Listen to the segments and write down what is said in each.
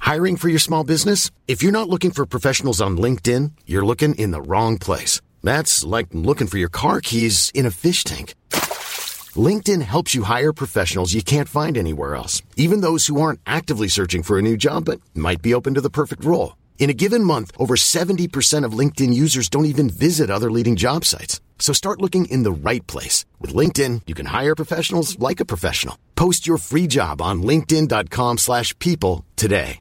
Hiring for your small business? If you're not looking for professionals on LinkedIn, you're looking in the wrong place. That's like looking for your car keys in a fish tank. LinkedIn helps you hire professionals you can't find anywhere else, even those who aren't actively searching for a new job but might be open to the perfect role. In a given month, over 70% of LinkedIn users don't even visit other leading job sites. So start looking in the right place. With LinkedIn, you can hire professionals like a professional. Post your free job on linkedin.com/people today.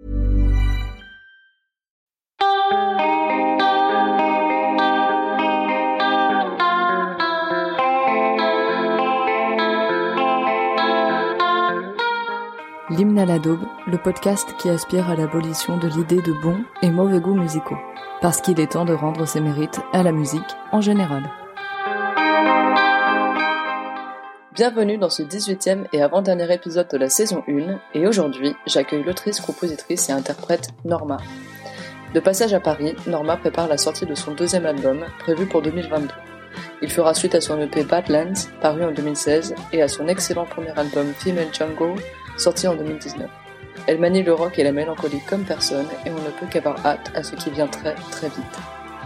L'hymne à la daube, le podcast qui aspire à l'abolition de l'idée de bons et mauvais goûts musicaux. Parce qu'il est temps de rendre ses mérites à la musique en général. Bienvenue dans ce 18e et avant-dernier épisode de la saison 1, et aujourd'hui, j'accueille l'autrice, compositrice et interprète Norma. De passage à Paris, Norma prépare la sortie de son deuxième album, prévu pour 2022. Il fera suite à son EP Badlands, paru en 2016, et à son excellent premier album Female Jungle, sorti en 2019. Elle manie le rock et la mélancolie comme personne, et on ne peut qu'avoir hâte à ce qui vient très très vite.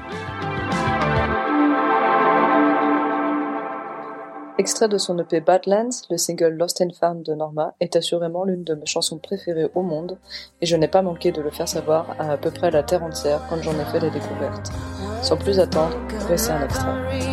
Extrait de son EP Badlands, le single Lost and Found de Norma est assurément l'une de mes chansons préférées au monde, et je n'ai pas manqué de le faire savoir à peu près la terre entière quand j'en ai fait la découverte. Sans plus attendre, voici un extrait.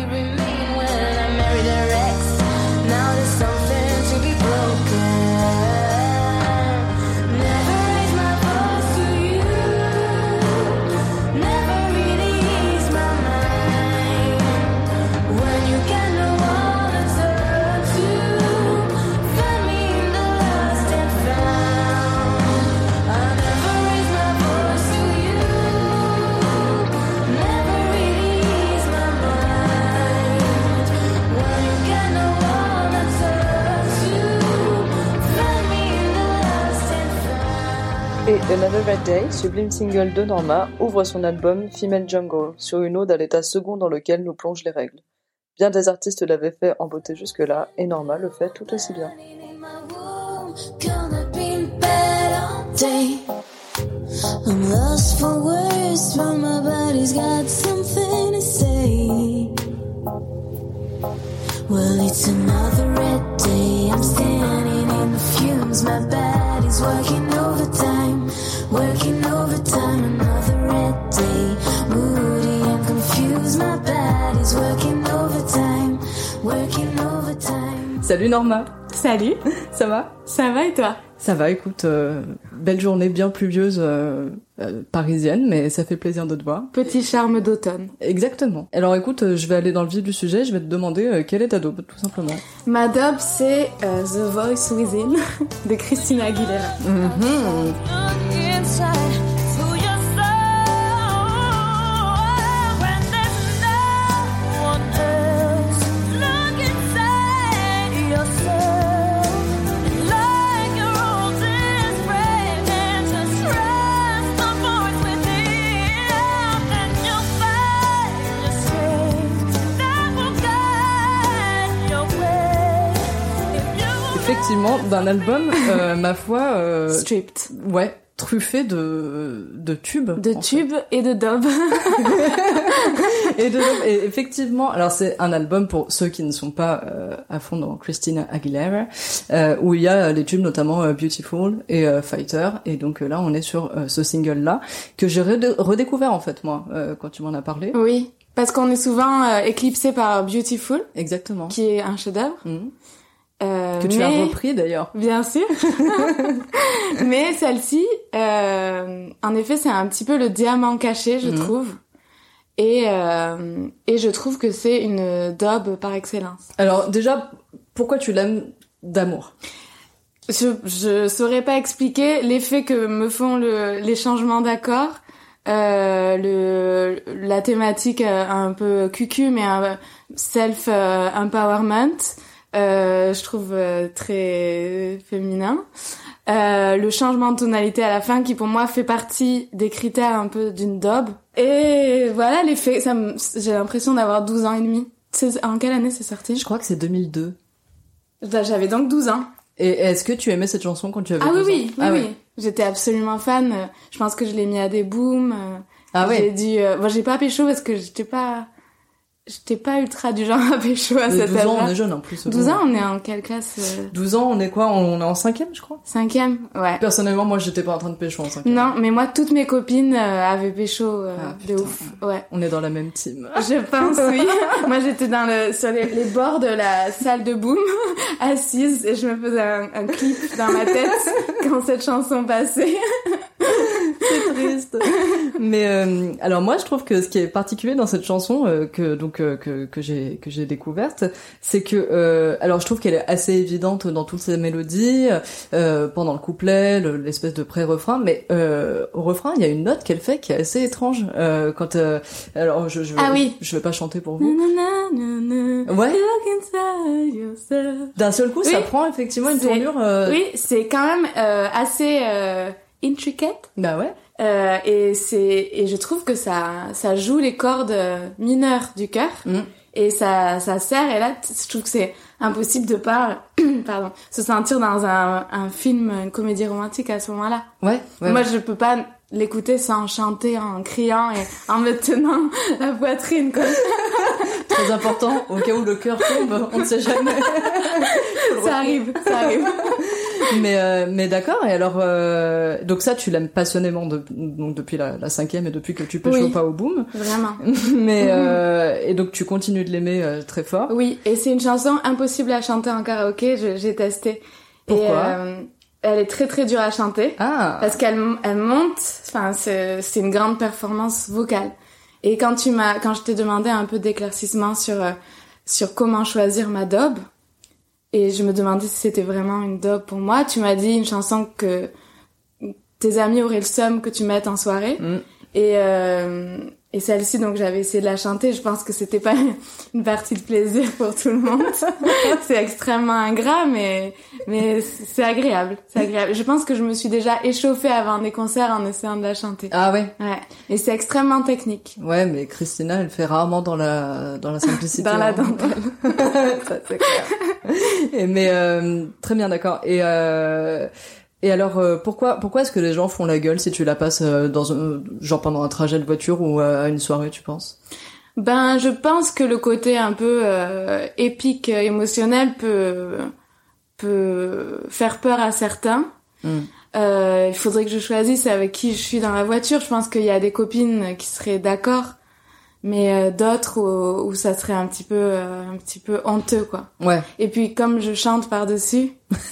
Et Another Red Day, sublime single de Norma, ouvre son album Female Jungle, sur une ode à l'état second dans lequel nous plongent les règles. Bien des artistes l'avaient fait en beauté jusque-là, et Norma le fait tout aussi bien. I'm lost for words, but my body's got something to say. Well, it's another red day, I'm standing in the fumes, my body's working overtime, another red day, moody and confused, my body's working overtime. Salut Norma. Salut. Ça va? Ça va et toi? Ça va, écoute, belle journée bien pluvieuse parisienne, mais ça fait plaisir de te voir. Petit charme d'automne. Exactement. Alors écoute, je vais aller dans le vif du sujet, je vais te demander quelle est ta daube, tout simplement. Ma daube, c'est The Voice Within de Christina Aguilera. Effectivement, d'un album, ma foi... Stripped. Ouais, truffé de tubes. De tubes et de dubs. Et effectivement, alors c'est un album pour ceux qui ne sont pas à fond dans Christina Aguilera, où il y a les tubes notamment Beautiful et Fighter, et donc là on est sur ce single-là, que j'ai redécouvert en fait moi, quand tu m'en as parlé. Oui, parce qu'on est souvent éclipsé par Beautiful. Exactement. Qui est un chef-d'œuvre. Que tu as repris d'ailleurs. Bien sûr. Mais celle-ci, en effet, c'est un petit peu le diamant caché, je trouve. Et je trouve que c'est une dub par excellence. Alors déjà, pourquoi tu l'aimes d'amour? Je saurais pas expliquer l'effet que me font les changements d'accords, la thématique un peu cucu mais self empowerment. Je trouve très féminin. Le changement de tonalité à la fin qui pour moi fait partie des critères un peu d'une dub. Et voilà l'effet, j'ai l'impression d'avoir 12 ans et demi. En quelle année c'est sorti? Je crois que c'est 2002. J'avais donc 12 ans. Et est-ce que tu aimais cette chanson quand tu avais 12 ans? Oui. J'étais absolument fan. Je pense que je l'ai mis à des booms. Ah ouais. J'ai dit, bon, j'ai pas pécho parce que j'étais pas ultra du genre à pécho à cette 12 âge-là. ans, on est jeune en plus. 12 ans, on est en quelle classe 12 ans, on est quoi? On est en 5e, je crois. 5e, ouais. Personnellement, moi, j'étais pas en train de pécho en 5e. Non, mais moi, toutes mes copines avaient pécho de putain. ouf. Ouais. On est dans la même team. Je pense, oui. Moi, j'étais sur les bords de la salle de boom, assise, et je me faisais un clip dans ma tête quand cette chanson passait. C'est triste. Mais alors moi je trouve que ce qui est particulier dans cette chanson que j'ai découverte, c'est que alors je trouve qu'elle est assez évidente dans toutes ses mélodies, pendant le couplet, l'espèce de pré-refrain, mais au refrain il y a une note qu'elle fait qui est assez étrange quand alors je vais pas chanter pour vous. Ouais. D'un seul coup, ça prend effectivement une tournure. Oui, c'est quand même assez intricate. Bah ouais. Et je trouve que ça joue les cordes mineures du cœur. Et ça serre, et là je trouve que c'est impossible de pas se sentir dans un film, une comédie romantique à ce moment-là. Ouais. Moi je peux pas l'écouter sans chanter, en criant et en me tenant la poitrine, quoi. Très important, au cas où le cœur tombe, on ne sait jamais. Ça arrive. Mais d'accord, et alors donc ça tu l'aimes passionnément donc depuis la 5e et depuis que tu pécho pas au boom. Vraiment. Mais et donc tu continues de l'aimer très fort. Oui, et c'est une chanson impossible à chanter en karaoké, j'ai testé. Pourquoi? Et elle est très très dure à chanter. Ah. Parce qu'elle monte, enfin c'est une grande performance vocale. Et quand je t'ai demandé un peu d'éclaircissement sur comment choisir ma daube, et je me demandais si c'était vraiment une daube pour moi, tu m'as dit une chanson que tes amis auraient le seum que tu mettes en soirée. Et celle-ci, donc j'avais essayé de la chanter. Je pense que c'était pas une partie de plaisir pour tout le monde. C'est extrêmement ingrat, mais c'est agréable. C'est agréable. Je pense que je me suis déjà échauffée avant des concerts en essayant de la chanter. Ah ouais. Ouais. Et c'est extrêmement technique. Ouais, mais Christina, elle fait rarement dans la simplicité. Dans la dentelle. Ça, c'est clair. Mais très bien, d'accord. Et alors, pourquoi est-ce que les gens font la gueule si tu la passes genre pendant un trajet de voiture ou à une soirée, tu penses? Ben, je pense que le côté un peu épique, émotionnel peut faire peur à certains. Il faudrait que je choisisse avec qui je suis dans la voiture. Je pense qu'il y a des copines qui seraient d'accord, mais d'autres où ça serait un petit peu honteux, quoi. Ouais. Et puis comme je chante par-dessus,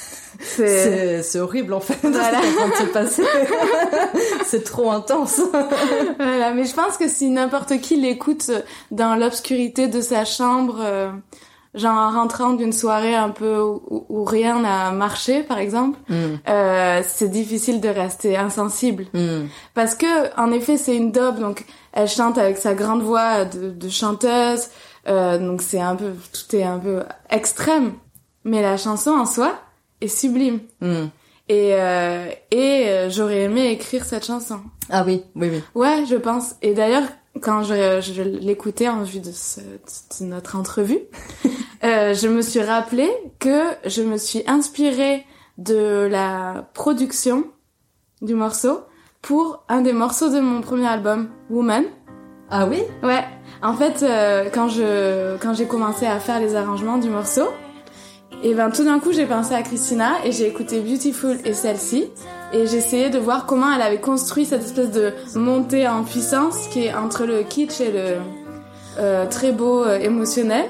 c'est horrible en fait. Voilà. C'est passé. C'est trop intense. Voilà, mais je pense que si n'importe qui l'écoute dans l'obscurité de sa chambre, genre en rentrant d'une soirée un peu où rien n'a marché, par exemple, c'est difficile de rester insensible. Parce que, en effet, c'est une daube, donc elle chante avec sa grande voix de chanteuse, donc tout est un peu extrême. Mais la chanson en soi est sublime. Et j'aurais aimé écrire cette chanson. Ah oui. Ouais, je pense. Et d'ailleurs, quand je l'écoutais en vue de notre entrevue, je me suis rappelé que je me suis inspirée de la production du morceau pour un des morceaux de mon premier album, Woman. Ah oui? Ouais. En fait, quand j'ai commencé à faire les arrangements du morceau, et ben tout d'un coup j'ai pensé à Christina et j'ai écouté Beautiful et celle-ci et j'ai essayé de voir comment elle avait construit cette espèce de montée en puissance qui est entre le kitsch et le très beau émotionnel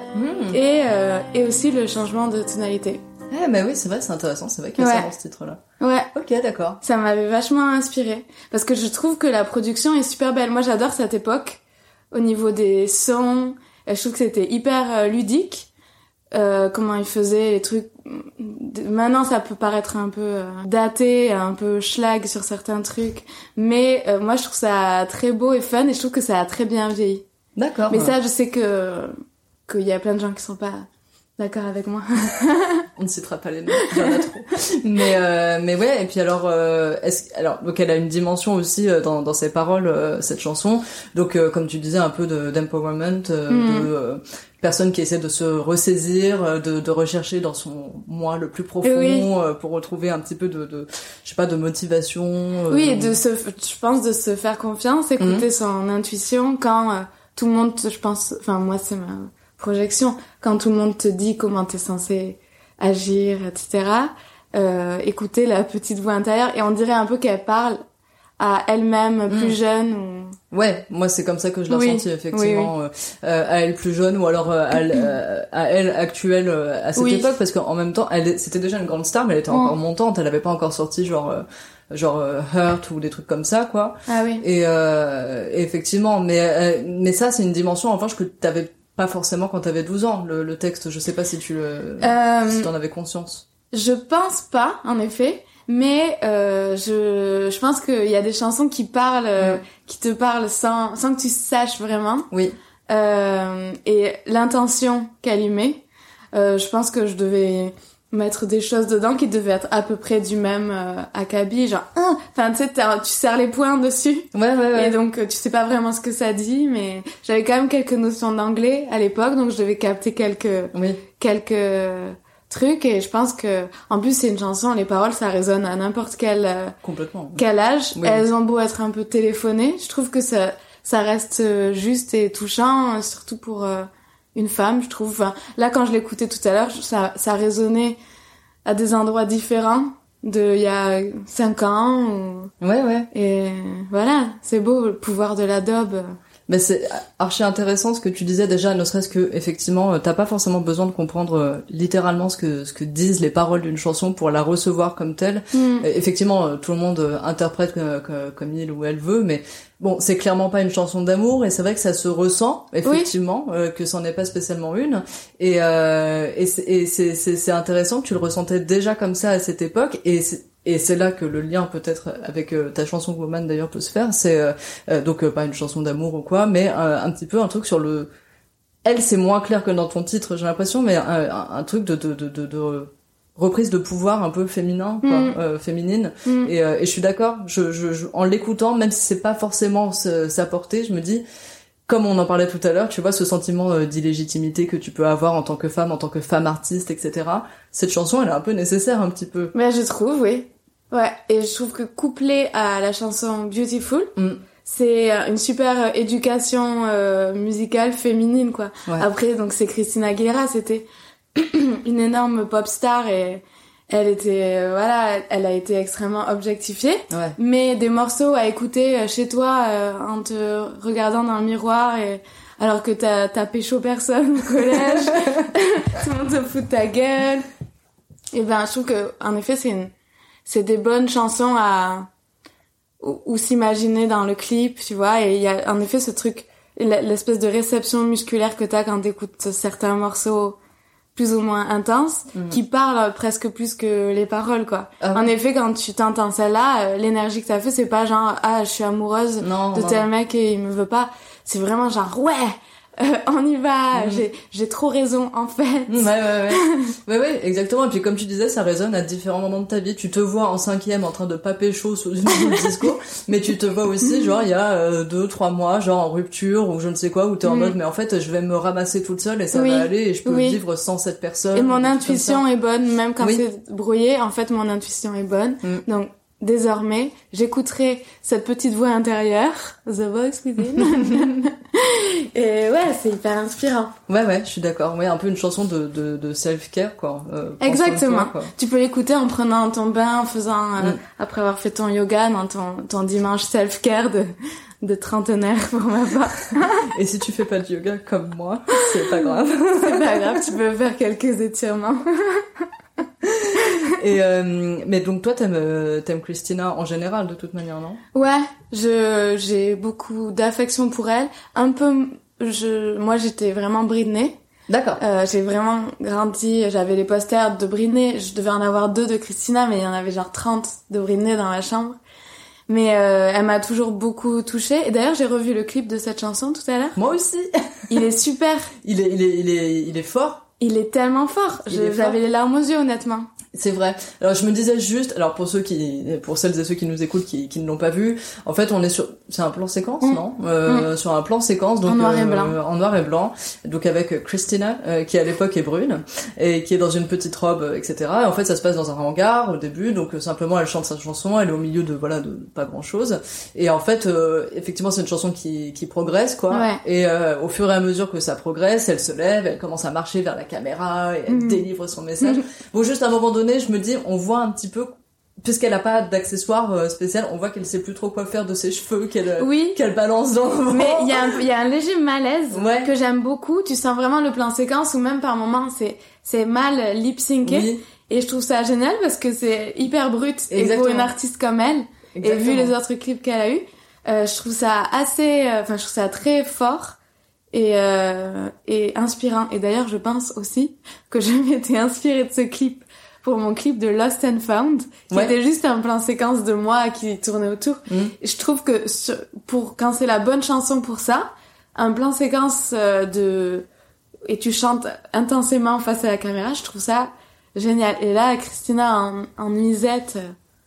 et aussi le changement de tonalité. Eh mais oui, c'est vrai, c'est intéressant, c'est vrai qu'il y a ça dans ce titre-là. Ouais. Ok, d'accord. Ça m'avait vachement inspirée parce que je trouve que la production est super belle. Moi j'adore cette époque au niveau des sons, je trouve que c'était hyper ludique. Comment ils faisaient les trucs. Maintenant, ça peut paraître un peu daté, un peu schlag sur certains trucs, mais moi, je trouve ça très beau et fun, et je trouve que ça a très bien vieilli. D'accord. Mais ça, je sais qu'il y a plein de gens qui sont pas d'accord avec moi. On ne citera pas les noms, il y en a trop. Mais ouais, et puis alors, donc elle a une dimension aussi dans ses paroles, cette chanson. Donc, comme tu disais, un peu d'empowerment, de personne qui essaie de se ressaisir, de rechercher dans son moi le plus profond, pour retrouver un petit peu de je sais pas, de motivation. Oui, et je pense de se faire confiance, écouter son intuition quand tout le monde, je pense, enfin moi c'est ma projection, quand tout le monde te dit comment t'es censé agir, etc. Écouter la petite voix intérieure, et on dirait un peu qu'elle parle à elle-même plus jeune ou... Ouais, moi c'est comme ça que je l'ai ressenti, effectivement, à elle plus jeune, ou alors à elle actuelle à cette époque, parce qu'en même temps c'était déjà une grande star, mais elle était encore montante, elle avait pas encore sorti genre Hurt ou des trucs comme ça, quoi. Ah oui. Et effectivement, mais ça c'est une dimension en revanche que t'avais pas forcément quand t'avais 12 ans, le texte. Je sais pas si si t'en avais conscience. Je pense pas, en effet. Mais je pense qu'il y a des chansons qui parlent, qui te parlent sans que tu saches vraiment. Oui. Et l'intention qu'elle y met, je pense que je devais mettre des choses dedans qui devaient être à peu près du même acabit, genre enfin tu sais tu serres les poings dessus. Ouais. Et donc tu sais pas vraiment ce que ça dit, mais j'avais quand même quelques notions d'anglais à l'époque, donc je devais capter quelques trucs, et je pense que en plus c'est une chanson, les paroles ça résonne à n'importe quel quel âge. Elles ont beau être un peu téléphonées, je trouve que ça reste juste et touchant, surtout pour une femme, je trouve. Enfin, là quand je l'écoutais tout à l'heure, ça résonnait à des endroits différents de il y a 5 ans Ouais. Et voilà, c'est beau le pouvoir de la dub. Mais c'est archi intéressant ce que tu disais déjà, ne serait-ce que effectivement t'as pas forcément besoin de comprendre littéralement ce que disent les paroles d'une chanson pour la recevoir comme telle. Effectivement tout le monde interprète comme il ou elle veut, mais bon, c'est clairement pas une chanson d'amour, et c'est vrai que ça se ressent effectivement, que c'en est pas spécialement une, et c'est intéressant que tu le ressentais déjà comme ça à cette époque, et c'est là que le lien peut-être avec ta chanson Woman d'ailleurs peut se faire. C'est donc pas une chanson d'amour ou quoi, mais un petit peu un truc sur le... Elle, c'est moins clair que dans ton titre, j'ai l'impression, mais un truc de reprise de pouvoir un peu féminin, quoi, féminine. Et je suis d'accord, je en l'écoutant, même si c'est pas forcément sa portée, je me dis, comme on en parlait tout à l'heure, tu vois, ce sentiment d'illégitimité que tu peux avoir en tant que femme artiste, etc. Cette chanson, elle est un peu nécessaire, un petit peu. Mais je trouve, oui. Ouais, et je trouve que couplé à la chanson Beautiful, c'est une super éducation musicale féminine, quoi. Ouais. Après, donc c'est Christina Aguilera, c'était une énorme pop star, et elle était elle a été extrêmement objectifiée. Ouais. Mais des morceaux à écouter chez toi en te regardant dans le miroir, et alors que t'as pécho personne au collège, tout le monde se fout de ta gueule. Et ben je trouve que en effet c'est des bonnes chansons ou s'imaginer dans le clip, tu vois, et il y a en effet ce truc, l'espèce de réception musculaire que t'as quand t'écoutes certains morceaux plus ou moins intenses, qui parlent presque plus que les paroles, quoi. En effet, quand tu t'entends celle-là, l'énergie que t'as fait, c'est pas genre je suis amoureuse de tel mec et il me veut pas. C'est vraiment genre on y va, j'ai trop raison en fait. Ouais, exactement. Et puis comme tu disais, ça résonne à différents moments de ta vie. Tu te vois en 5e en train de paper chaud sous une disco, mais tu te vois aussi genre il y a 2-3 mois, genre en rupture ou je ne sais quoi, où t'es en mode mais en fait je vais me ramasser toute seule et ça va aller, et je peux vivre sans cette personne. Et mon intuition est bonne, même quand c'est brouillé, en fait mon intuition est bonne. Donc désormais, j'écouterai cette petite voix intérieure, The Voice Within. Et ouais, c'est hyper inspirant. Ouais, je suis d'accord. Ouais, un peu une chanson de self-care, quoi. Exactement. Toi, quoi. Tu peux l'écouter en prenant ton bain, en faisant, après avoir fait ton yoga, dans ton dimanche self-care de trentenaire pour ma part. Et si tu fais pas de yoga comme moi, c'est pas grave. C'est pas grave, tu peux faire quelques étirements. Et mais donc toi t'aimes Christina en général de toute manière, non? Ouais, j'ai beaucoup d'affection pour elle. Un peu, moi j'étais vraiment Britney. D'accord. J'ai vraiment grandi, j'avais les posters de Britney, je devais en avoir 2 de Christina, mais il y en avait genre 30 de Britney dans ma chambre. Mais elle m'a toujours beaucoup touchée. Et d'ailleurs, j'ai revu le clip de cette chanson tout à l'heure. Moi aussi. Il est super. Il est fort. Il est tellement fort. J'avais les larmes aux yeux, honnêtement. C'est vrai. Alors je me disais juste, alors pour celles et ceux qui nous écoutent qui ne l'ont pas vu, en fait on est c'est un plan séquence, non sur un plan séquence, donc en noir et blanc, donc avec Christina qui à l'époque est brune et qui est dans une petite robe, etc. Et en fait ça se passe dans un hangar au début, donc simplement elle chante sa chanson, elle est au milieu de pas grand chose, et en fait effectivement c'est une chanson qui progresse quoi, et au fur et à mesure que ça progresse, elle se lève, elle commence à marcher vers la caméra et elle délivre son message. Bon, juste à un moment donné, je me dis, on voit un petit peu, puisqu'elle a pas d'accessoires spécial, on voit qu'elle sait plus trop quoi faire de ses cheveux, qu'elle balance dans le vent. Mais il y a un léger malaise que j'aime beaucoup. Tu sens vraiment le plan séquence où même par moments c'est mal lip-syncé. Oui. Et je trouve ça génial parce que c'est hyper brut. Exactement. Et pour une artiste comme elle, et vu les autres clips qu'elle a eu, je trouve ça je trouve ça très fort. Et inspirant. Et d'ailleurs, je pense aussi que je m'étais inspirée de ce clip pour mon clip de Lost and Found, qui était juste un plan séquence de moi qui tournait autour. Et je trouve que quand c'est la bonne chanson pour ça, un plan séquence et tu chantes intensément face à la caméra, je trouve ça génial. Et là, Christina en nuisette,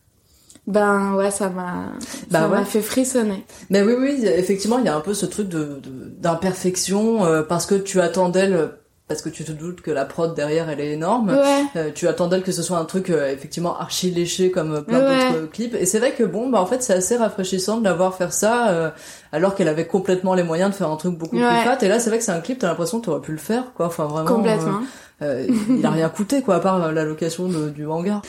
ça m'a fait frissonner. Mais oui, effectivement, il y a un peu ce truc d'imperfection, parce que tu attends d'elle, parce que tu te doutes que la prod derrière elle est énorme. Tu attends d'elle que ce soit un truc effectivement archi léché comme plein d'autres clips. Et c'est vrai que en fait c'est assez rafraîchissant de la voir faire ça, alors qu'elle avait complètement les moyens de faire un truc beaucoup plus fat. Et là c'est vrai que c'est un clip, t'as l'impression que t'aurais pu le faire, quoi. Enfin vraiment. Complètement. Il a rien coûté, quoi, à part la location du hangar.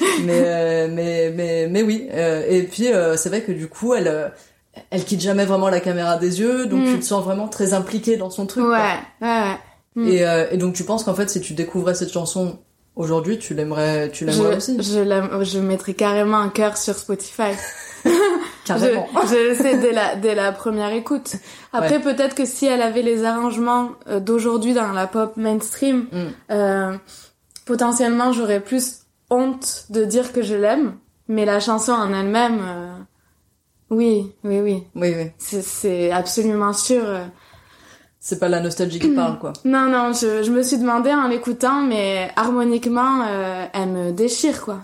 Mais oui. Et puis c'est vrai que du coup elle quitte jamais vraiment la caméra des yeux, donc tu te sens vraiment très impliqué dans son truc. Ouais. Et donc tu penses qu'en fait si tu découvrais cette chanson aujourd'hui, tu l'aimerais aussi? Je mettrais carrément un cœur sur Spotify. Carrément. Je le sais dès la première écoute. Après peut-être que si elle avait les arrangements d'aujourd'hui dans la pop mainstream, potentiellement j'aurais plus honte de dire que je l'aime, mais la chanson en elle-même, oui. C'est absolument sûr. C'est pas la nostalgie qui parle, quoi. Non, je me suis demandé en l'écoutant, mais harmoniquement, elle me déchire, quoi.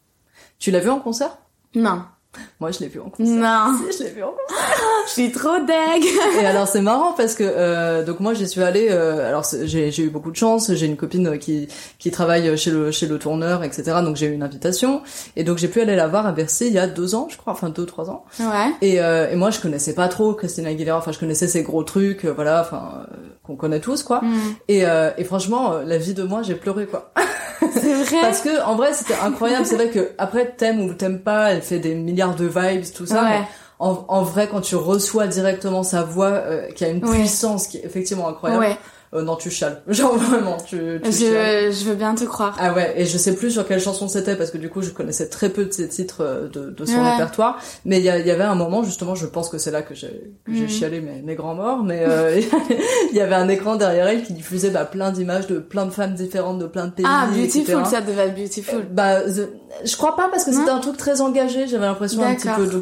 Tu l'as vu en concert? Non. Moi, je l'ai vu en concert. Non. Si, je l'ai vu en concert. Je suis trop deg. Et alors, c'est marrant parce que, donc moi, j'y suis allée, alors, j'ai eu beaucoup de chance. J'ai une copine qui travaille chez le tourneur, etc. Donc, j'ai eu une invitation. Et donc, j'ai pu aller la voir à Bercy il y a 2 ans, je crois. Enfin, 2-3 ans. Ouais. Et moi, je connaissais pas trop Christina Aguilera. Enfin, je connaissais ses gros trucs, qu'on connaît tous, quoi. Et franchement, la vie de moi, j'ai pleuré, quoi. C'est vrai. Parce que, en vrai, c'était incroyable. C'est vrai que, après, t'aimes ou t'aimes pas, elle fait des milliards de vibes, tout ça. Ouais. Mais en vrai, quand tu reçois directement sa voix, qui a une puissance qui est effectivement incroyable. Ouais. Non, tu chiales. Genre vraiment, tu chiales. Je veux bien te croire. Ah ouais, et je sais plus sur quelle chanson c'était parce que du coup, je connaissais très peu de ces titres de son répertoire. Mais il y avait un moment, justement, je pense que c'est là que j'ai chialé mes grands morts, mais il y avait un écran derrière elle qui diffusait plein d'images de plein de femmes différentes de plein de pays. Ah, Beautiful, etc. ça devait être Beautiful. Je crois pas parce que c'était un truc très engagé, j'avais l'impression un petit peu. Donc,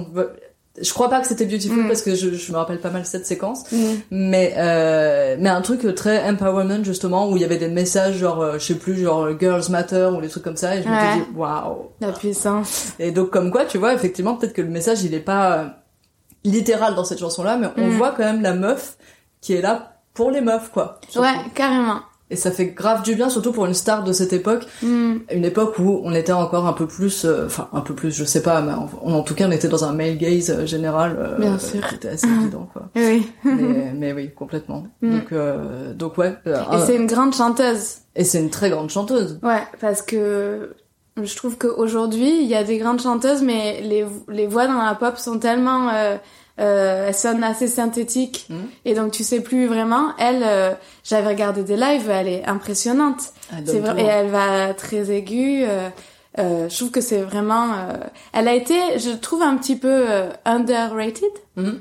je crois pas que c'était Beautiful parce que je me rappelle pas mal cette séquence, mais un truc très empowerment justement où il y avait des messages genre je sais plus genre Girls Matter ou des trucs comme ça et je me disais waouh, la puissance. Et donc comme quoi tu vois effectivement peut-être que le message il est pas littéral dans cette chanson là, mais on voit quand même la meuf qui est là pour les meufs quoi. Surtout. Ouais, carrément. Et ça fait grave du bien, surtout pour une star de cette époque. Une époque où on était encore un peu plus, je sais pas, mais en tout cas on était dans un male gaze général. Bien sûr. C'était assez évident, quoi. Oui. mais oui, complètement. Donc ouais. Et c'est une grande chanteuse. Et c'est une très grande chanteuse. Ouais, parce que je trouve qu'aujourd'hui, il y a des grandes chanteuses, mais les voix dans la pop sont tellement... elles sonnent assez synthétiques et donc tu sais plus vraiment. Elle, j'avais regardé des lives, elle est impressionnante. C'est vrai, et elle va très aiguë. Je trouve que c'est vraiment. Elle a été, je trouve un petit peu underrated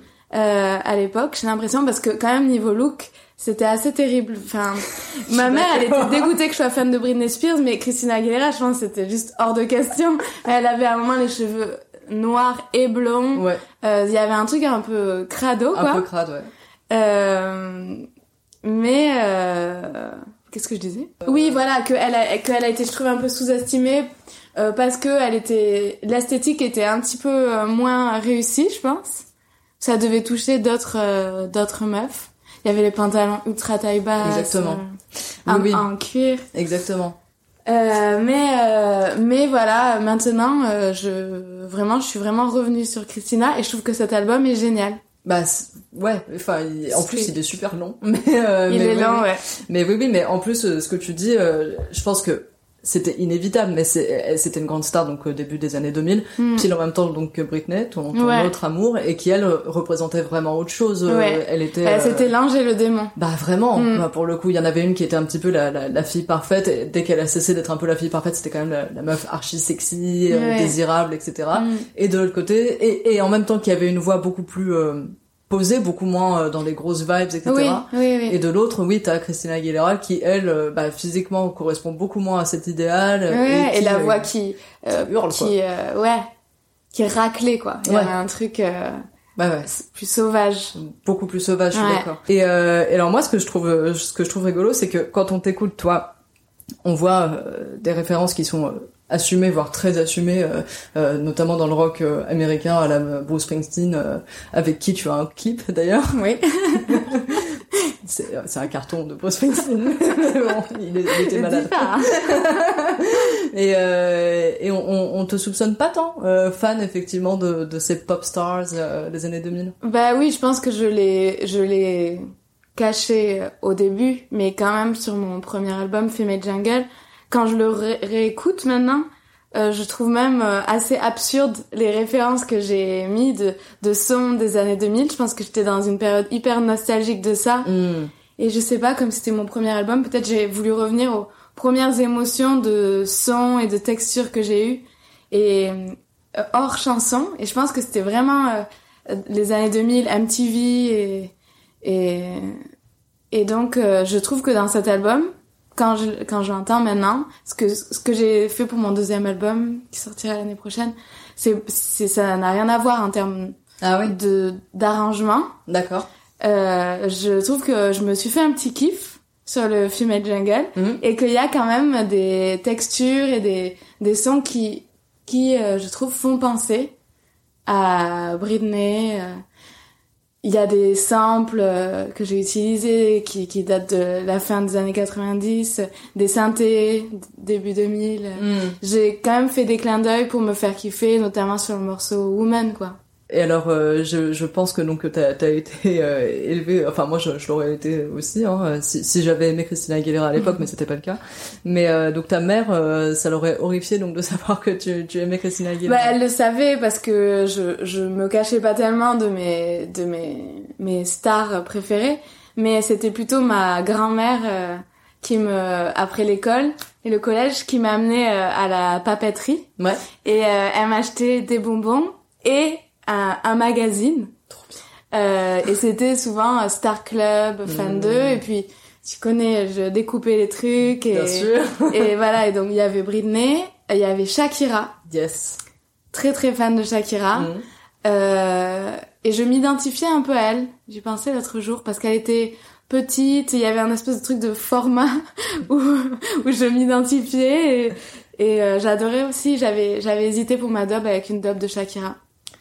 à l'époque. J'ai l'impression parce que quand même niveau look, c'était assez terrible. Enfin, ma mère, elle était dégoûtée que je sois fan de Britney Spears, mais Christina Aguilera, je pense, c'était juste hors de question. Elle avait à un moment les cheveux noir et blond. Ouais. Il y avait un truc un peu crado, quoi. Un peu crade, ouais. Qu'est-ce que je disais? Oui, voilà, qu'elle a été, je trouve, un peu sous-estimée parce que l'esthétique était un petit peu moins réussie, je pense. Ça devait toucher d'autres meufs. Il y avait les pantalons ultra taille basse. Exactement. En cuir. Exactement. Mais voilà, maintenant, je suis vraiment revenue sur Christina et je trouve que cet album est génial. Bah ouais, enfin en plus il est super long, mais il est long, oui. ouais. Mais oui, mais en plus ce que tu dis, je pense que c'était inévitable, mais c'était une grande star donc au début des années 2000, pile en même temps donc que Britney, ton autre amour, et qui elle représentait vraiment autre chose. Elle était. C'était l'ange et le démon. Bah vraiment. Bah, pour le coup, il y en avait une qui était un petit peu la fille parfaite. Et dès qu'elle a cessé d'être un peu la fille parfaite, c'était quand même la meuf archi sexy, désirable, etc. Et de l'autre côté, et en même temps qu'il y avait une voix beaucoup plus posée, beaucoup moins dans les grosses vibes, etc. Oui. Et de l'autre, t'as Christina Aguilera qui, elle, physiquement correspond beaucoup moins à cet idéal. Et la voix qui hurle, qui est raclée, quoi. Il y a un truc plus sauvage. Beaucoup plus sauvage, je suis d'accord. Et alors moi, ce que je trouve rigolo, c'est que quand on t'écoute, toi, on voit des références qui sont assumées, voire très assumées, notamment dans le rock américain, à la Bruce Springsteen, avec qui tu as un clip d'ailleurs. Oui. C'est un carton de Bruce Springsteen. Bon, il était malade. Et on te soupçonne pas tant fan effectivement de ces pop stars des années 2000. Bah oui, je pense que je l'ai caché au début, mais quand même sur mon premier album Female Jungle, quand je le réécoute maintenant, je trouve même assez absurde les références que j'ai mis de sons des années 2000. Je pense que j'étais dans une période hyper nostalgique de ça. Et je sais pas, comme c'était mon premier album, peut-être j'ai voulu revenir aux premières émotions de sons et de textures que j'ai eues, et hors chanson. Et je pense que c'était vraiment les années 2000, MTV, et donc je trouve que dans cet album, quand je l'entends maintenant, ce que j'ai fait pour mon deuxième album qui sortira l'année prochaine, ça n'a rien à voir en termes d'arrangement. D'accord. Je trouve que je me suis fait un petit kiff sur le Female Jungle, et qu'il y a quand même des textures et des sons qui je trouve font penser à Britney. Il y a des samples que j'ai utilisés qui datent de la fin des années 90, des synthés début 2000. J'ai quand même fait des clins d'œil pour me faire kiffer, notamment sur le morceau Woman, quoi. Et alors, je pense que donc t'as été élevé. Enfin, moi, je l'aurais été aussi, hein, si j'avais aimé Christina Aguilera à l'époque, mais c'était pas le cas. Mais donc ta mère, ça l'aurait horrifié donc de savoir que tu aimais Christina Aguilera. Bah, elle le savait parce que je me cachais pas tellement de mes stars préférées, mais c'était plutôt ma grand-mère qui après l'école et le collège, qui m'a amenée à la papeterie. Ouais. Et elle m'achetait des bonbons et un magazine. Trop bien. Et c'était souvent Star Club, Fan 2, et puis tu connais, je découpais les trucs, et bien sûr. Et voilà, et donc il y avait Britney, il y avait Shakira. Yes. Très très fan de Shakira. Et je m'identifiais un peu à elle. J'y pensais l'autre jour parce qu'elle était petite, il y avait un espèce de truc de format où je m'identifiais, et j'adorais aussi. J'avais hésité pour ma dub avec une dub de Shakira.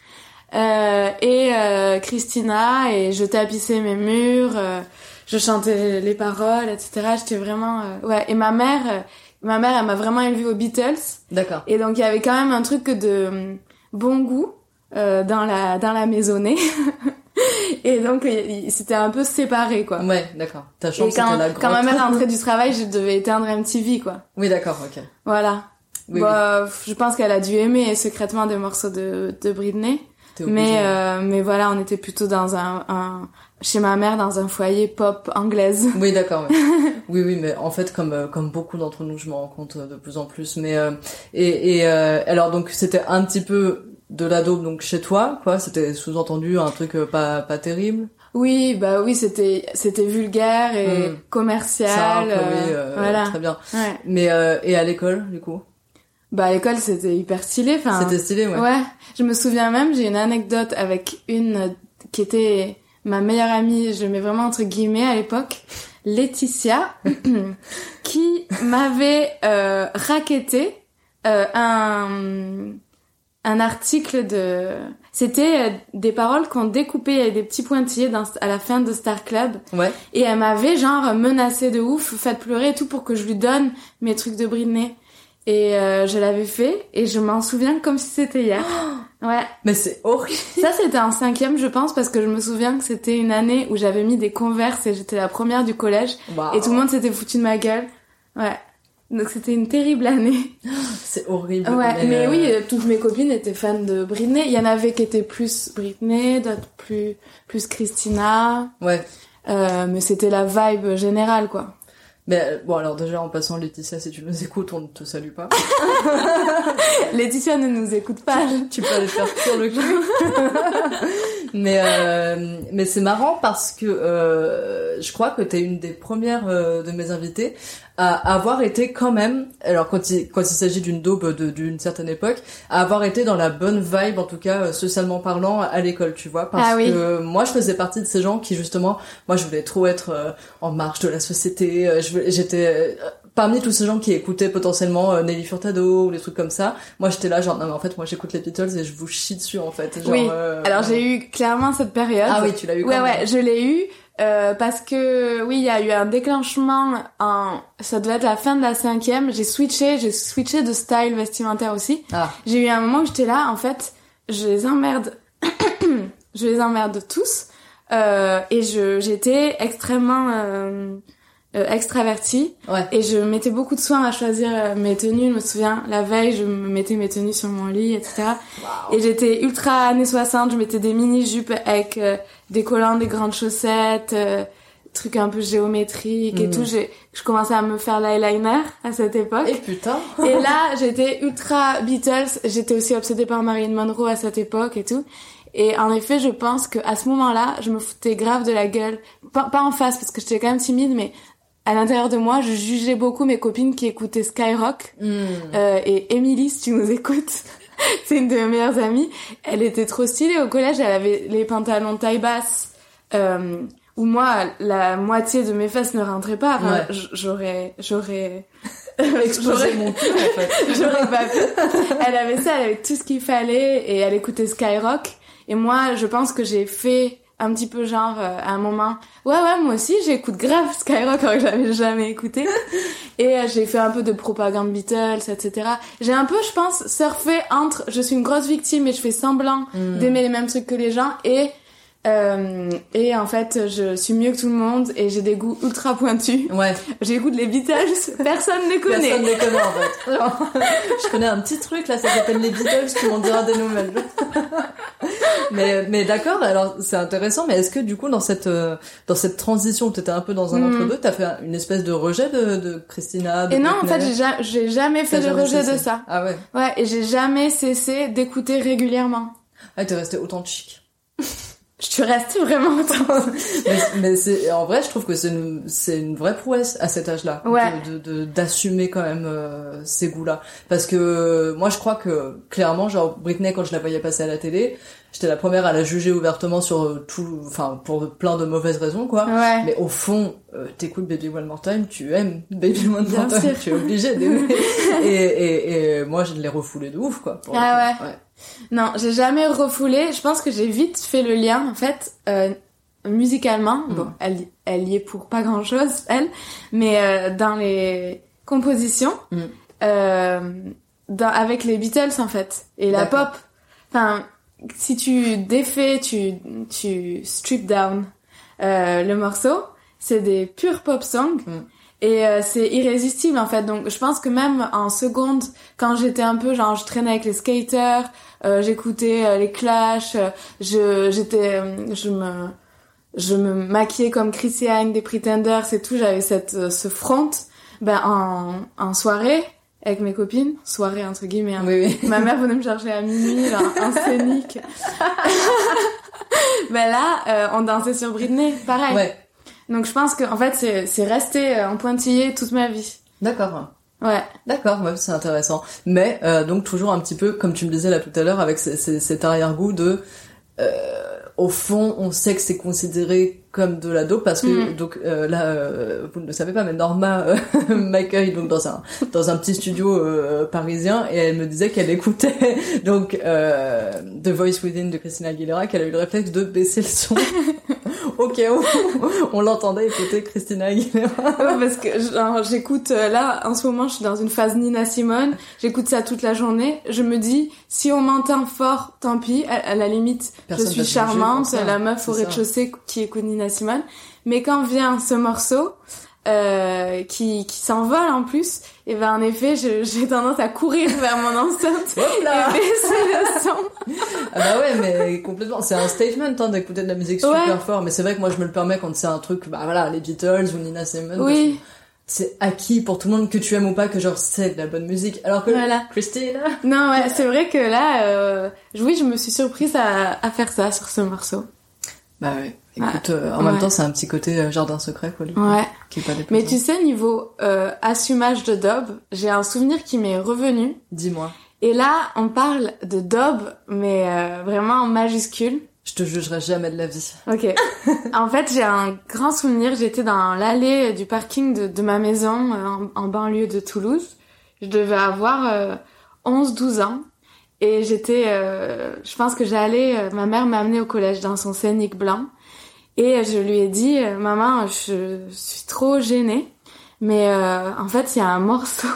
Christina, et je tapissais mes murs, je chantais les paroles, etc. J'étais vraiment et ma mère elle m'a vraiment élevée aux Beatles. D'accord. Et donc il y avait quand même un truc de bon goût dans la maisonnée. Et donc c'était un peu séparé, quoi. Ouais, d'accord. Ta chance, c'était la grotte. Quand ma mère rentrait du travail, je devais éteindre MTV, quoi. Oui, d'accord, ok. Voilà. Oui, je pense qu'elle a dû aimer secrètement des morceaux de Britney. Mais voilà, on était plutôt dans chez ma mère, dans un foyer pop anglaise. Oui, d'accord. Ouais. oui, mais en fait, comme beaucoup d'entre nous, je me rends compte de plus en plus. Mais alors donc c'était un petit peu de la daube donc chez toi, quoi. C'était sous-entendu un truc pas terrible. Oui, c'était vulgaire et commercial. Simple, voilà. Très bien. Ouais. Mais et à l'école, du coup? Bah, à l'école, c'était hyper stylé, enfin. C'était stylé, ouais. Ouais. Je me souviens même, j'ai une anecdote avec une qui était ma meilleure amie, je le mets vraiment entre guillemets à l'époque, Laetitia qui m'avait racketté un article c'était des paroles qu'on découpait, il y avait des petits pointillés à la fin de Star Club. Ouais. Et elle m'avait genre menacé de ouf, fait pleurer et tout pour que je lui donne mes trucs de Britney. Et je l'avais fait et je m'en souviens comme si c'était hier. Ouais. Mais c'est horrible. Ça c'était en 5e je pense parce que je me souviens que c'était une année où j'avais mis des Converse et j'étais la première du collège. Wow. Et tout le monde s'était foutu de ma gueule. Ouais. Donc c'était une terrible année. C'est horrible. Ouais, mais oui, toutes mes copines étaient fans de Britney. Il y en avait qui étaient plus Britney, d'autres plus Christina. Ouais. Mais c'était la vibe générale, quoi. Mais bon, alors déjà, en passant, Laetitia, si tu nous écoutes, on ne te salue pas. Laetitia ne nous écoute pas. Tu peux aller te faire sur le cul. Mais c'est marrant parce que je crois que t'es une des premières de mes invitées à avoir été quand même, alors quand il s'agit d'une daube d'une certaine époque, à avoir été dans la bonne vibe, en tout cas socialement parlant, à l'école, tu vois, parce que moi je faisais partie de ces gens qui justement, moi je voulais trop être en marge de la société, j'étais parmi tous ces gens qui écoutaient potentiellement Nelly Furtado ou des trucs comme ça. Moi j'étais là genre non mais en fait moi j'écoute les Beatles et je vous chie dessus en fait. Genre, oui. Alors j'ai eu clairement cette période. Ah oui, tu l'as eu quand même. Ouais, je l'ai eu. Parce que oui, il y a eu un déclenchement ça devait être la fin de la 5e, j'ai switché de style vestimentaire aussi. Ah. J'ai eu un moment où j'étais là, en fait, je les emmerde tous, et j'étais extrêmement, extravertie. Ouais. Et je mettais beaucoup de soin à choisir mes tenues. Je me souviens, la veille, je me mettais mes tenues sur mon lit, etc. Wow. Et j'étais ultra années 60, je mettais des mini-jupes avec des collants, des grandes chaussettes, trucs un peu géométriques et tout. Je commençais à me faire l'eyeliner à cette époque. Et putain. Et là, j'étais ultra Beatles. J'étais aussi obsédée par Marilyn Monroe à cette époque et tout. Et en effet, je pense que à ce moment-là, je me foutais grave de la gueule. Pas en face, parce que j'étais quand même timide, mais à l'intérieur de moi, je jugeais beaucoup mes copines qui écoutaient Skyrock. Et Emily, si tu nous écoutes, c'est une de mes meilleures amies. Elle était trop stylée au collège. Elle avait les pantalons taille basse, où moi, la moitié de mes fesses ne rentraient pas. Enfin, ouais. J'aurais explosé mon cul, en fait. J'aurais pas pu. Elle avait ça, elle avait tout ce qu'il fallait et elle écoutait Skyrock. Et moi, je pense que j'ai fait un petit peu genre à un moment ouais moi aussi j'écoute grave Skyrock alors que j'avais jamais écouté et j'ai fait un peu de propagande Beatles, etc. J'ai un peu, je pense, surfé entre je suis une grosse victime et je fais semblant d'aimer les mêmes trucs que les gens et en fait je suis mieux que tout le monde et j'ai des goûts ultra pointus. Ouais. J'écoute les Beatles, personne ne les connaît. Personne ne les connaît en fait. Genre, je connais un petit truc là, ça s'appelle les Beatles, tu m'en diras des nouvelles. Mais d'accord, alors c'est intéressant, mais est-ce que du coup dans cette transition où t'étais un peu dans un entre-deux, t'as fait une espèce de rejet de Christina, de Et non, Britney? En fait j'ai jamais fait de rejet de ça. Ah ouais. Ouais, et j'ai jamais cessé d'écouter régulièrement. Ah, t'es resté authentique. Je suis restée vraiment autant. mais c'est, en vrai, je trouve que c'est une vraie prouesse à cet âge-là. Ouais. D'assumer quand même, ces goûts-là. Parce que, moi, je crois que, clairement, genre, Britney, quand je la voyais passer à la télé, j'étais la première à la juger ouvertement sur pour plein de mauvaises raisons, quoi. Ouais. Mais au fond, t'écoutes Baby One More Time, tu aimes Baby One More Time, tu es obligé d'aimer. et moi, je l'ai refoulé de ouf, quoi. Ouais. Non, j'ai jamais refoulé. Je pense que j'ai vite fait le lien, en fait, musicalement. Bon, elle y est pour pas grand-chose, elle. Mais dans les compositions, avec les Beatles, en fait, et la pop. Enfin, si tu défais, tu strip down le morceau, c'est des purs pop songs. Et c'est irrésistible en fait. Donc je pense que même en seconde, quand j'étais un peu genre je traînais avec les skaters, j'écoutais les Clash, je me maquillais comme Chrissy Hynde des Pretenders et tout, j'avais ce front en soirée avec mes copines, soirée entre guillemets. Hein. Oui. Ma mère venait me chercher à minuit là, en scénique. Là on dansait sur Britney, pareil. Ouais. Donc je pense que en fait c'est resté en pointillé toute ma vie. D'accord. Ouais. D'accord, ouais, c'est intéressant. Mais donc toujours un petit peu comme tu me disais là tout à l'heure avec cet arrière-goût de au fond, on sait que c'est considéré comme de la dope parce que donc là, vous ne le savez pas, mais Norma m'accueille donc dans un petit studio parisien et elle me disait qu'elle écoutait donc The Voice Within de Christina Aguilera, qu'elle a eu le réflexe de baisser le son. Ok, on l'entendait écouter Christina Aguilera. Ouais, parce que genre, j'écoute là en ce moment, je suis dans une phase Nina Simone, j'écoute ça toute la journée. Je me dis si on m'entend fort, tant pis. À la limite, personne je suis charmante, la meuf au rez-de-chaussée qui écoute Nina Simone. Mais quand vient ce morceau qui s'envole en plus, et ben en effet, j'ai tendance à courir vers mon enceinte et baisser le son. Ah bah ouais, mais complètement. C'est un statement d'écouter de la musique super fort. Mais c'est vrai que moi je me le permets quand c'est un truc, bah voilà, les Beatles ou Nina Simone. Oui. C'est acquis pour tout le monde, que tu aimes ou pas, que genre c'est de la bonne musique. Alors que Christina. Non, ouais, c'est vrai que là, oui, je me suis surprise à faire ça sur ce morceau. Bah ouais. Écoute, en même temps, c'est un petit côté jardin secret, quoi. Ouais. Qui est pas déplaisant. Mais tu sais, niveau assumage de dub, j'ai un souvenir qui m'est revenu. Dis-moi. Et là, on parle de dub, mais vraiment en majuscule. Je te jugerai jamais de la vie. Ok. En fait, j'ai un grand souvenir. J'étais dans l'allée du parking de ma maison en banlieue de Toulouse. Je devais avoir 11-12 ans. Et j'étais... je pense que ma mère m'a amenée au collège dans son Scénic blanc. Et je lui ai dit, maman, je suis trop gênée, mais en fait, il y a un morceau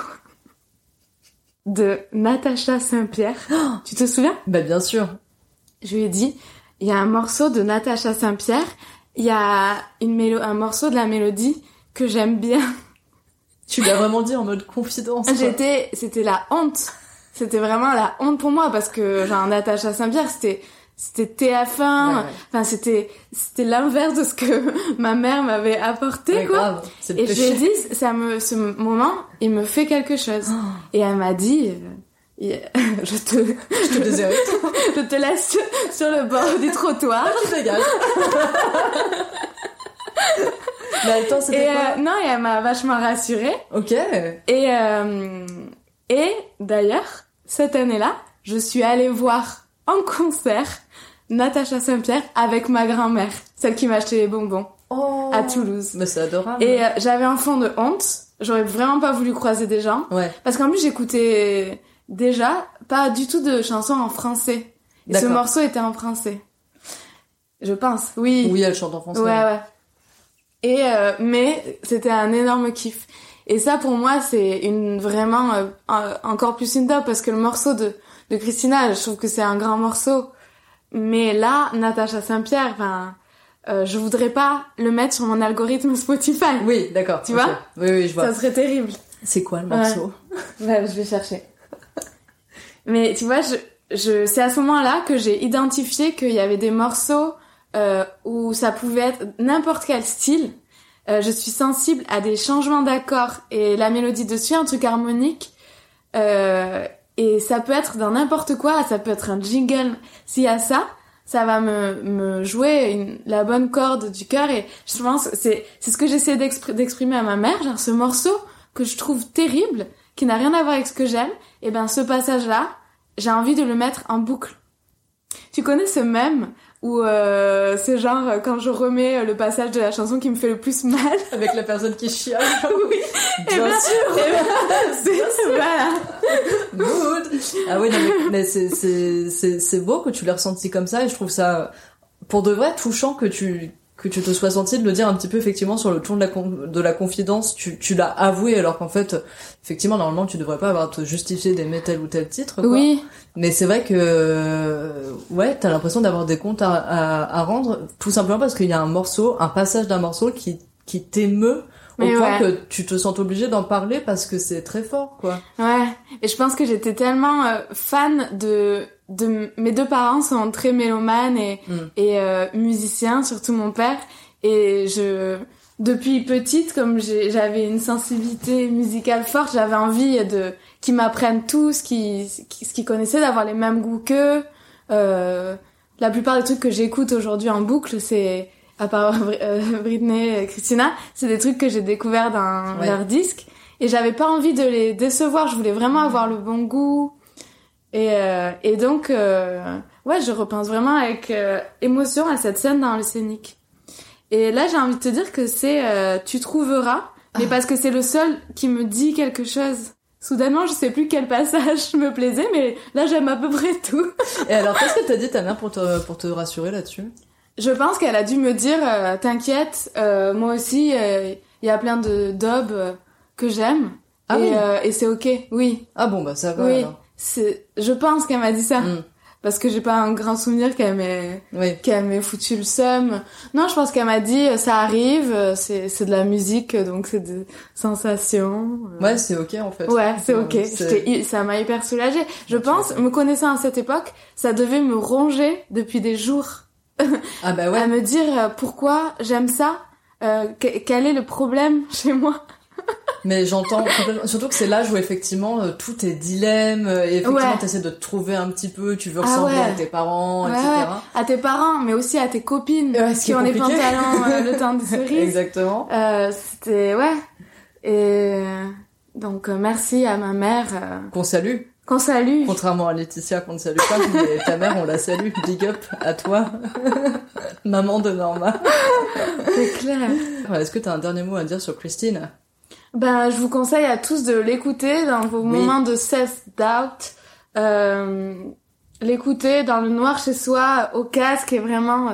de Natacha Saint-Pierre. Oh, tu te souviens ? Bah bien sûr. Je lui ai dit, il y a un morceau de Natacha Saint-Pierre, il y a un morceau de la mélodie que j'aime bien. Tu l'as vraiment dit en mode confidence. C'était la honte. C'était vraiment la honte pour moi parce que genre Natacha Saint-Pierre, c'était TF1, enfin c'était l'inverse de ce que ma mère m'avait apporté, quoi. Grave, c'est le et péché. j'ai dit ce moment, il me fait quelque chose. Oh. Et elle m'a dit je te déshérite. Je te laisse sur le bord du trottoir. Tu dégages. Mais attends, c'était quoi non, et elle m'a vachement rassurée. OK. Et d'ailleurs, cette année-là, je suis allée voir en concert Natacha Saint-Pierre avec ma grand-mère, celle qui m'a acheté les bonbons à Toulouse. Mais c'est adorable. Et j'avais un fond de honte. J'aurais vraiment pas voulu croiser des gens. Ouais. Parce qu'en plus, j'écoutais déjà pas du tout de chansons en français. Et ce morceau était en français. Je pense, oui. Oui, elle chante en français. Ouais. Et mais c'était un énorme kiff. Et ça, pour moi, c'est vraiment encore plus une dope parce que le morceau de Christina, je trouve que c'est un grand morceau. Mais là, Natacha Saint-Pierre, enfin, je voudrais pas le mettre sur mon algorithme Spotify. Oui, d'accord. Tu vois ? Oui, je vois. Ça serait terrible. C'est quoi le morceau ? Ouais, je vais chercher. Mais tu vois, c'est à ce moment-là que j'ai identifié qu'il y avait des morceaux où ça pouvait être n'importe quel style. Je suis sensible à des changements d'accords et la mélodie dessus, un truc harmonique. Et ça peut être dans n'importe quoi, ça peut être un jingle. S'il y a ça, ça va me jouer la bonne corde du cœur. Et je pense que c'est ce que j'essaie d'exprimer à ma mère, genre ce morceau que je trouve terrible, qui n'a rien à voir avec ce que j'aime. Et ben ce passage-là, j'ai envie de le mettre en boucle. Tu connais ce mème où c'est genre quand je remets le passage de la chanson qui me fait le plus mal avec la personne qui chiale. Oui, bien sûr. Voilà. Good. Ah oui, non, mais c'est beau que tu l'aies ressenti comme ça et je trouve ça pour de vrai touchant que tu te sois senti de le dire un petit peu effectivement sur le ton de la confidence. Tu l'as avoué alors qu'en fait effectivement normalement tu devrais pas avoir à te justifier d'aimer tel ou tel titre, quoi. Oui. Mais c'est vrai que ouais, t'as l'impression d'avoir des comptes à rendre tout simplement parce qu'il y a un passage d'un morceau qui t'émeut au point que tu te sens obligé d'en parler parce que c'est très fort, quoi. Ouais. Et je pense que j'étais tellement fan de mes deux parents sont très mélomanes et musiciens, surtout mon père. Et depuis petite, comme j'avais une sensibilité musicale forte, j'avais envie qu'ils m'apprennent tout ce qu'ils connaissaient, d'avoir les mêmes goûts qu'eux. La plupart des trucs que j'écoute aujourd'hui en boucle, c'est, à part Britney et Christina, c'est des trucs que j'ai découverts dans leurs disques. Et j'avais pas envie de les décevoir, je voulais vraiment avoir le bon goût. Et donc, ouais, je repense vraiment avec émotion à cette scène dans le scénic. Et là, j'ai envie de te dire que c'est tu trouveras, mais parce que c'est le seul qui me dit quelque chose. Soudainement, je sais plus quel passage me plaisait, mais là, j'aime à peu près tout. Et alors, qu'est-ce que t'as dit ta mère pour te rassurer là-dessus? Je pense qu'elle a dû me dire, t'inquiète, moi aussi, il y a plein de dubs que j'aime. Ah oui. Et c'est ok, oui. Ah bon, bah ça va Oui, alors. je pense qu'elle m'a dit ça. Parce que j'ai pas un grand souvenir qu'elle m'ait foutu le seum. Non, je pense qu'elle m'a dit, ça arrive, c'est de la musique, donc c'est des sensations. Ouais, c'est ok en fait. Ouais, c'est ok. Ça m'a hyper soulagée. Je pense, me connaissant à cette époque, ça devait me ronger depuis des jours. Ah bah ouais. À me dire pourquoi j'aime ça, quel est le problème chez moi. Mais j'entends complètement, surtout que c'est l'âge où effectivement tout est dilemme et effectivement t'essaies de te trouver un petit peu, tu veux ressembler à tes parents, etc. Ouais. À tes parents, mais aussi à tes copines qui ont les pantalons le teint de cerise. Exactement. C'était et donc merci à ma mère qu'on salue. Qu'on salue. Contrairement à Laetitia qu'on ne salue pas, mais ta mère on la salue. Big up à toi, maman de Norma. C'est clair. Est-ce que t'as un dernier mot à dire sur Christine? Ben, je vous conseille à tous de l'écouter dans vos moments de self-doubt. L'écouter dans le noir chez soi, au casque, et vraiment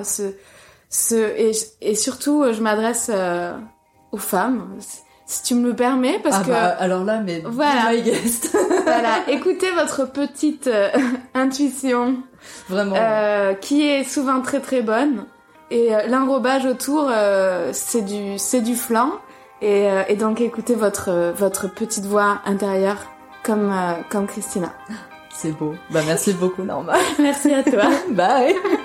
et surtout, je m'adresse aux femmes, si tu me le permets, parce que... alors là, mais voilà. My guest. Voilà, écoutez votre petite intuition. Vraiment. Qui est souvent très très bonne. Et l'enrobage autour, c'est du flan. Et donc écoutez votre petite voix intérieure comme Christina. C'est beau. Bah merci beaucoup Norma. Merci à toi. Bye.